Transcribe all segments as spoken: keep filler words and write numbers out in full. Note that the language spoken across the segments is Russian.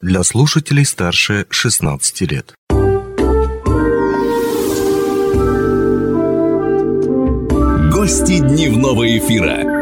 для слушателей старше шестнадцати лет. Гости дневного эфира.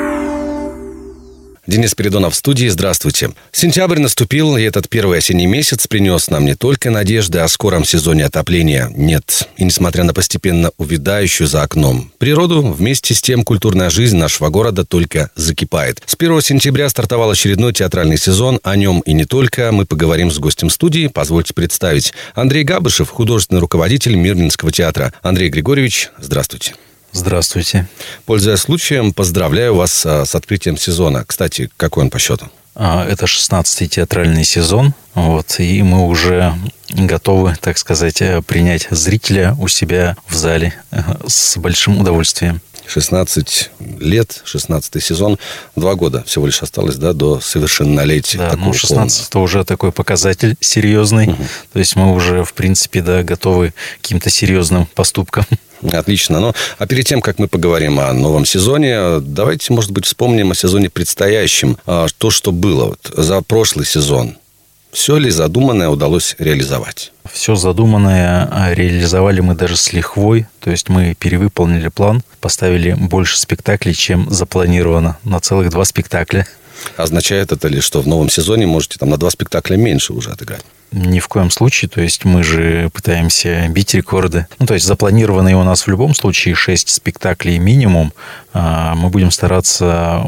Денис Спиридонов в студии. Здравствуйте. Сентябрь наступил, и этот первый осенний месяц принес нам не только надежды о скором сезоне отопления. Нет. И несмотря на постепенно увядающую за окном природу, вместе с тем культурная жизнь нашего города только закипает. С первого сентября стартовал очередной театральный сезон. О нем и не только мы поговорим с гостем студии. Позвольте представить. Андрей Габышев, художественный руководитель Мирнинского театра. Андрей Григорьевич, здравствуйте. Здравствуйте. Пользуясь случаем, поздравляю вас с открытием сезона. Кстати, какой он по счету? Это шестнадцатый театральный сезон, вот, и мы уже готовы, так сказать, принять зрителя у себя в зале с большим удовольствием. шестнадцать лет, шестнадцатый сезон, два года всего лишь осталось, да, до совершеннолетия. Да, ну шестнадцать это уже такой показатель серьезный, угу. То есть мы уже, в принципе, да, готовы к каким-то серьезным поступкам. Отлично. Ну, а перед тем, как мы поговорим о новом сезоне, давайте, может быть, вспомним о сезоне предстоящем. То, что было вот за прошлый сезон. Все ли задуманное удалось реализовать? Все задуманное реализовали мы даже с лихвой. То есть мы перевыполнили план, поставили больше спектаклей, чем запланировано. На целых два спектакля. Означает это ли, что в новом сезоне можете там на два спектакля меньше уже отыграть? Ни в коем случае. То есть мы же пытаемся бить рекорды. Ну, то есть запланированные у нас в любом случае шесть спектаклей минимум. Мы будем стараться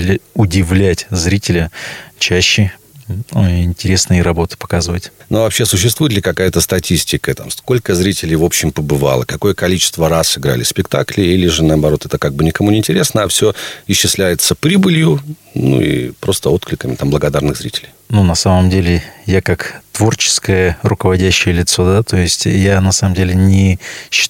удивлять зрителя чаще, интересные работы показывать. Ну, а вообще существует ли какая-то статистика? Там, сколько зрителей, в общем, побывало? Какое количество раз играли спектакли? Или же, наоборот, это как бы никому не интересно, а все исчисляется прибылью, ну, и просто откликами там благодарных зрителей? Ну, на самом деле, я как творческое руководящее лицо, да, то есть я на самом деле не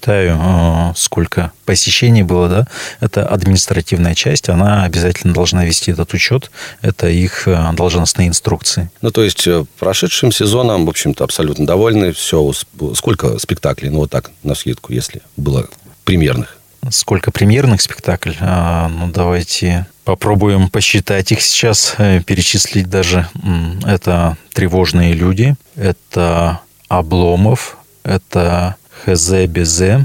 считаю, сколько посещений было, да, это административная часть, она обязательно должна вести этот учет, это их должностные инструкции. Ну, то есть прошедшим сезоном, в общем-то, абсолютно довольны, все, сколько спектаклей, ну, вот так, навскидку, если было премьерных? Сколько премьерных спектаклей? А, ну, давайте попробуем посчитать их сейчас, перечислить даже. Это «Тревожные люди», это «Обломов», это «Хз-Безе»,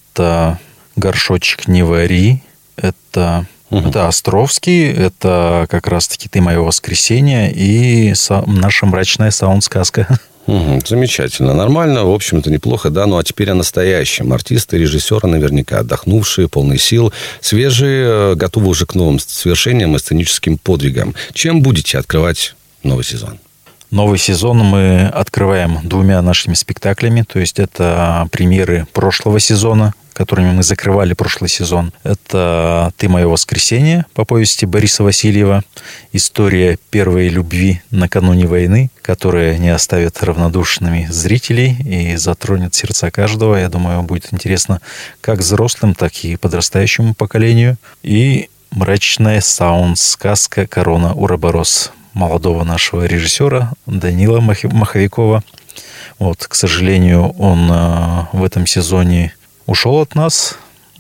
это «Горшочек не вари», это, угу. это «Островский», это как раз-таки «Ты мое воскресенье» и наша мрачная саунд-сказка. Угу, замечательно, нормально, в общем-то, неплохо, да. Ну, а теперь о настоящем. Артисты, режиссеры наверняка отдохнувшие, полные сил, свежие, готовы уже к новым свершениям и сценическим подвигам. Чем будете открывать новый сезон? Новый сезон мы открываем двумя нашими спектаклями, то есть это премьеры прошлого сезона, которыми мы закрывали прошлый сезон. Это «Ты мое воскресенье» по повести Бориса Васильева. История первой любви накануне войны, которая не оставит равнодушными зрителей и затронет сердца каждого. Я думаю, будет интересно как взрослым, так и подрастающему поколению. И мрачная саунд-сказка «Корона Уроборос» молодого нашего режиссера Данила Маховикова. Вот, к сожалению, он в этом сезоне ушел от нас,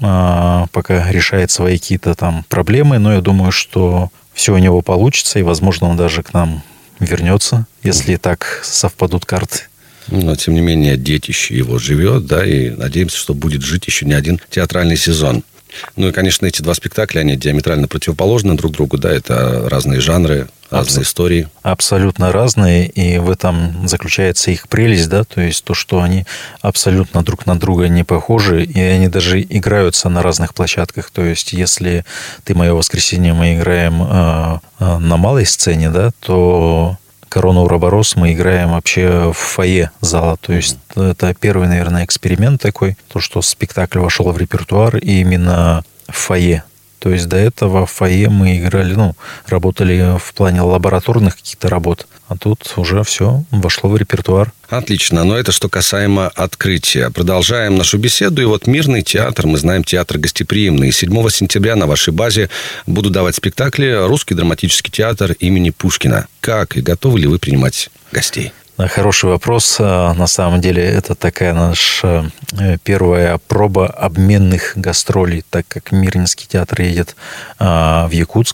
пока решает свои какие-то там проблемы, но я думаю, что все у него получится, и, возможно, он даже к нам вернется, если так совпадут карты. Но, тем не менее, детище его живет, да, и надеемся, что будет жить еще не один театральный сезон. Ну и, конечно, эти два спектакля, они диаметрально противоположны друг другу, да, это разные жанры, разные Абсо- истории. Абсолютно разные, и в этом заключается их прелесть, да, то есть то, что они абсолютно друг на друга не похожи, и они даже играются на разных площадках, то есть если «Ты мое воскресенье» мы играем э, э, на малой сцене, да, то «Корону Уроборос» мы играем вообще в фойе зала. То есть mm-hmm. это первый, наверное, эксперимент такой, то, что спектакль вошел в репертуар и именно в фойе. То есть до этого в фойе мы играли, ну, работали в плане лабораторных каких-то работ. А тут уже все вошло в репертуар. Отлично. Но это что касаемо открытия. Продолжаем нашу беседу. И вот Мирный театр, мы знаем, театр гостеприимный. седьмого сентября на вашей базе будут давать спектакли «Русский драматический театр имени Пушкина». Как и готовы ли вы принимать гостей? Хороший вопрос. На самом деле, это такая наша первая проба обменных гастролей, так как Мирнинский театр едет в Якутск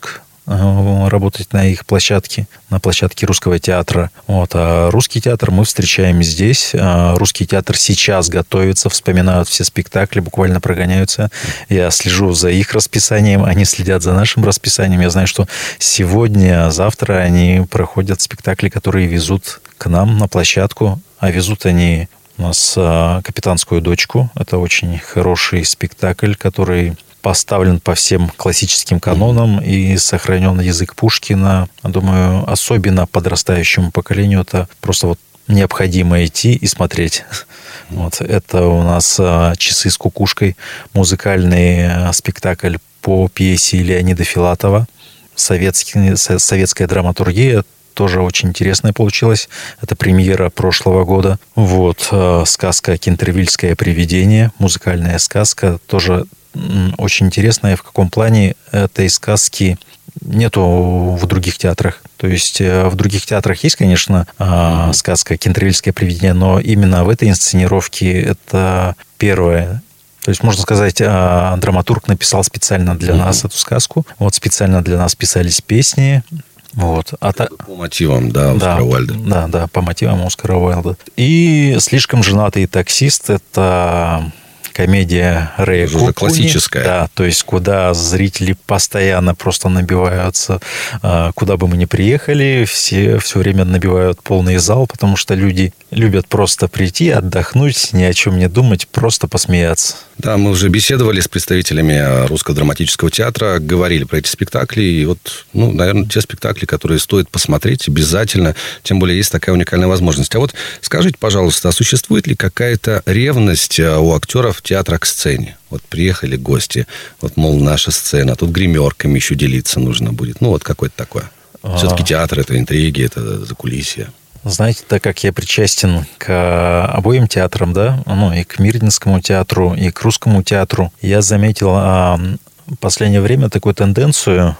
работать на их площадке, на площадке Русского театра. Вот. А Русский театр мы встречаем здесь. Русский театр сейчас готовится, вспоминают все спектакли, буквально прогоняются. Я слежу за их расписанием, они следят за нашим расписанием. Я знаю, что сегодня, завтра они проходят спектакли, которые везут к нам на площадку. А везут они у нас «Капитанскую дочку». Это очень хороший спектакль, который поставлен по всем классическим канонам и сохранен язык Пушкина. Думаю, особенно подрастающему поколению это просто вот необходимо идти и смотреть. Вот. Это у нас «Часы с кукушкой», музыкальный спектакль по пьесе Леонида Филатова. Советский, советская драматургия. Тоже очень интересная получилась. Это премьера прошлого года. Вот. Сказка «Кентервильское привидение», музыкальная сказка. Тоже очень интересная. В каком плане этой сказки нету в других театрах. То есть в других театрах есть, конечно, сказка «Кентервильское привидение», но именно в этой инсценировке это первое. То есть, можно сказать, драматург написал специально для нас эту сказку. Вот специально для нас писались песни. Вот. А та... По мотивам, да, Оскара да, Уайльда. Да, да, по мотивам Оскара Уайльда. И «Слишком женатый таксист» — это комедия Рэя Кукуни. Уже классическая. Да, то есть куда зрители постоянно просто набиваются. Куда бы мы ни приехали, все все время набивают полный зал, потому что люди любят просто прийти, отдохнуть, ни о чем не думать, просто посмеяться. Да, мы уже беседовали с представителями Русского драматического театра, говорили про эти спектакли. И вот, ну, наверное, те спектакли, которые стоит посмотреть обязательно. Тем более, есть такая уникальная возможность. А вот скажите, пожалуйста, а существует ли какая-то ревность у актеров театра к сцене? Вот приехали гости, вот, мол, наша сцена, тут гримерками еще делиться нужно будет. Ну, вот какое-то такое. Все-таки театр – это интриги, это закулисье. Знаете, так как я причастен к обоим театрам, да, ну и к Мирнинскому театру, и к Русскому театру, я заметил а, в последнее время такую тенденцию,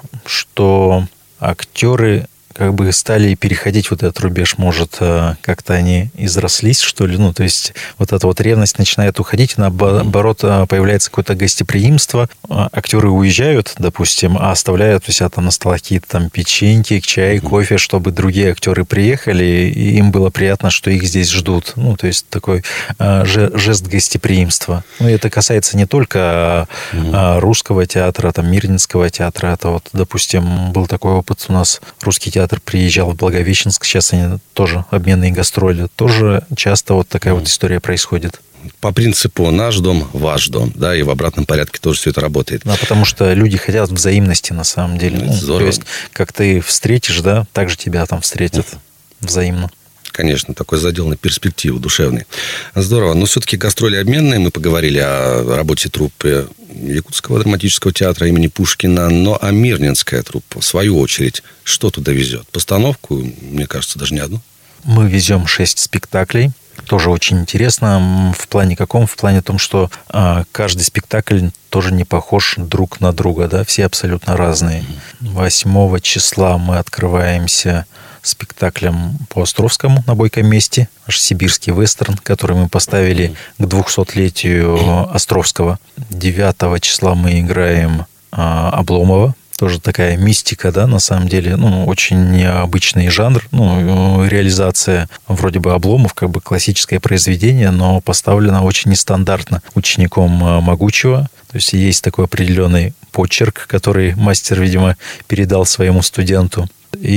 что актеры как бы стали переходить вот этот рубеж, может, как-то они изрослись, что ли, ну, то есть вот эта вот ревность начинает уходить, наоборот, появляется какое-то гостеприимство, актеры уезжают, допустим, а оставляют у себя там на столах какие-то там печеньки, чай, кофе, чтобы другие актеры приехали, и им было приятно, что их здесь ждут, ну, то есть такой жест гостеприимства. Ну, и это касается не только Русского театра, там, Мирнинского театра, это вот, допустим, был такой опыт у нас, Русский театр приезжал в Благовещенск, сейчас они тоже обменные гастроли, тоже часто вот такая вот история происходит. По принципу «наш дом, ваш дом», да, и в обратном порядке тоже все это работает. Да, потому что люди хотят взаимности на самом деле. Ну, здорово. То есть, как ты встретишь, да, так же тебя там встретят взаимно. Конечно, такой задел на перспективу душевный. Здорово. Но все-таки гастроли обменные. Мы поговорили о работе труппы Якутского драматического театра имени Пушкина. Но а Мирнинская труппа, в свою очередь, что туда везет? Постановку, мне кажется, даже не одну. Мы везем шесть спектаклей. Тоже очень интересно. В плане каком? В плане том, что а, каждый спектакль тоже не похож друг на друга. Да? Все абсолютно разные. восьмого числа мы открываемся спектаклем по Островскому на Бойком месте. Наш сибирский вестерн, который мы поставили к двухсотлетию Островского. девятого числа мы играем а, Обломова. Тоже такая мистика, да, на самом деле, ну, очень необычный жанр, ну, реализация вроде бы Обломов, как бы классическое произведение, но поставлено очень нестандартно учеником Могучего. То есть есть такой определенный почерк, который мастер, видимо, передал своему студенту.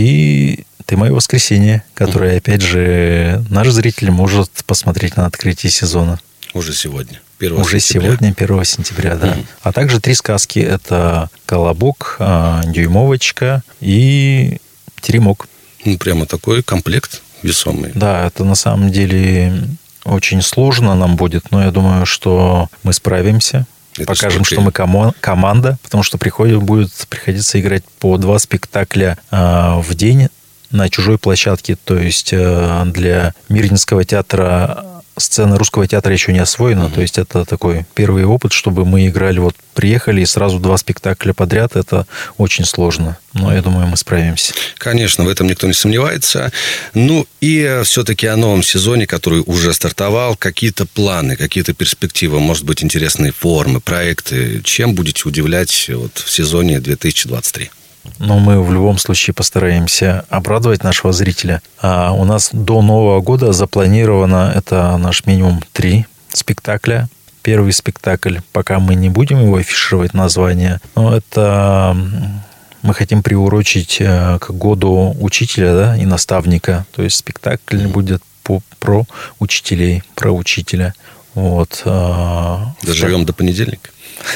И «Ты мое воскресенье», которое, опять же, наш зритель может посмотреть на открытии сезона. Уже сегодня. первого Уже сентября. сегодня, первого сентября, да. Mm-hmm. А также три сказки. Это «Колобок», «Дюймовочка» и «Теремок». Ну, прямо такой комплект весомый. Да, это на самом деле очень сложно нам будет, но я думаю, что мы справимся. Это покажем, что мы комо- команда, потому что приходит, будет приходиться играть по два спектакля э, в день на чужой площадке. То есть э, для Мирнинского театра сцена Русского театра еще не освоена. Uh-huh. То есть это такой первый опыт, чтобы мы играли, вот приехали и сразу два спектакля подряд. Это очень сложно. Но я думаю, мы справимся. Конечно, в этом никто не сомневается. Ну и все-таки о новом сезоне, который уже стартовал. Какие-то планы, какие-то перспективы, может быть, интересные формы, проекты. Чем будете удивлять вот в сезоне две тысячи двадцать три? но мы в любом случае постараемся обрадовать нашего зрителя. А у нас до Нового года запланировано, это наш минимум три спектакля. Первый спектакль, пока мы не будем его афишировать название, но это мы хотим приурочить к году учителя, да, и наставника. То есть спектакль будет по, про учителей, про учителя. Вот. Доживем до понедельника.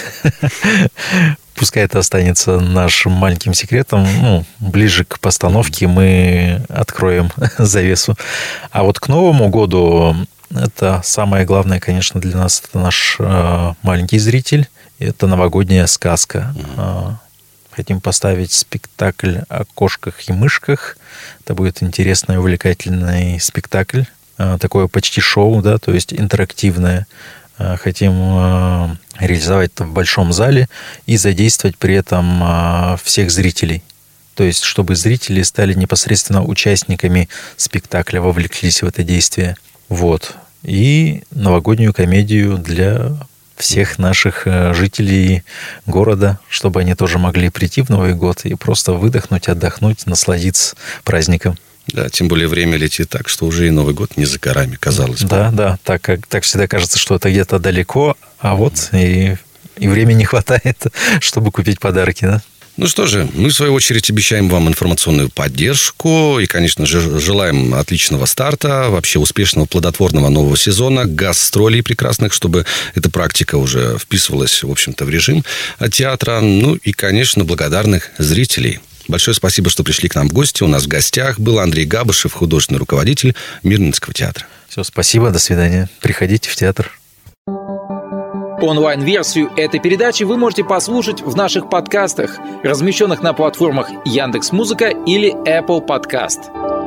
Пускай это останется нашим маленьким секретом. Ну, ближе к постановке мы откроем завесу. А вот к Новому году это самое главное, конечно, для нас. Это наш э, маленький зритель. Это новогодняя сказка. Mm-hmm. Хотим поставить спектакль о кошках и мышках. Это будет интересный, увлекательный спектакль. Э, такое почти шоу, да, то есть интерактивное. Э, хотим э, реализовать это в большом зале и задействовать при этом э, всех зрителей. То есть, чтобы зрители стали непосредственно участниками спектакля, вовлеклись в это действие. Вот. И новогоднюю комедию для всех наших жителей города, чтобы они тоже могли прийти в Новый год и просто выдохнуть, отдохнуть, насладиться праздником. Да, тем более время летит так, что уже и Новый год не за горами, казалось бы. Да, да, так, как, так всегда кажется, что это где-то далеко, а вот и, и времени не хватает, чтобы купить подарки, да? Ну что же, мы, в свою очередь, обещаем вам информационную поддержку и, конечно же, желаем отличного старта, вообще успешного, плодотворного нового сезона, гастролей прекрасных, чтобы эта практика уже вписывалась, в общем-то, в режим театра, ну и, конечно, благодарных зрителей. Большое спасибо, что пришли к нам в гости. У нас в гостях был Андрей Габышев, художественный руководитель Мирнинского театра. Все, спасибо, до свидания. Приходите в театр. Онлайн-версию этой передачи вы можете послушать в наших подкастах, размещенных на платформах Яндекс.Музыка или Apple Podcast.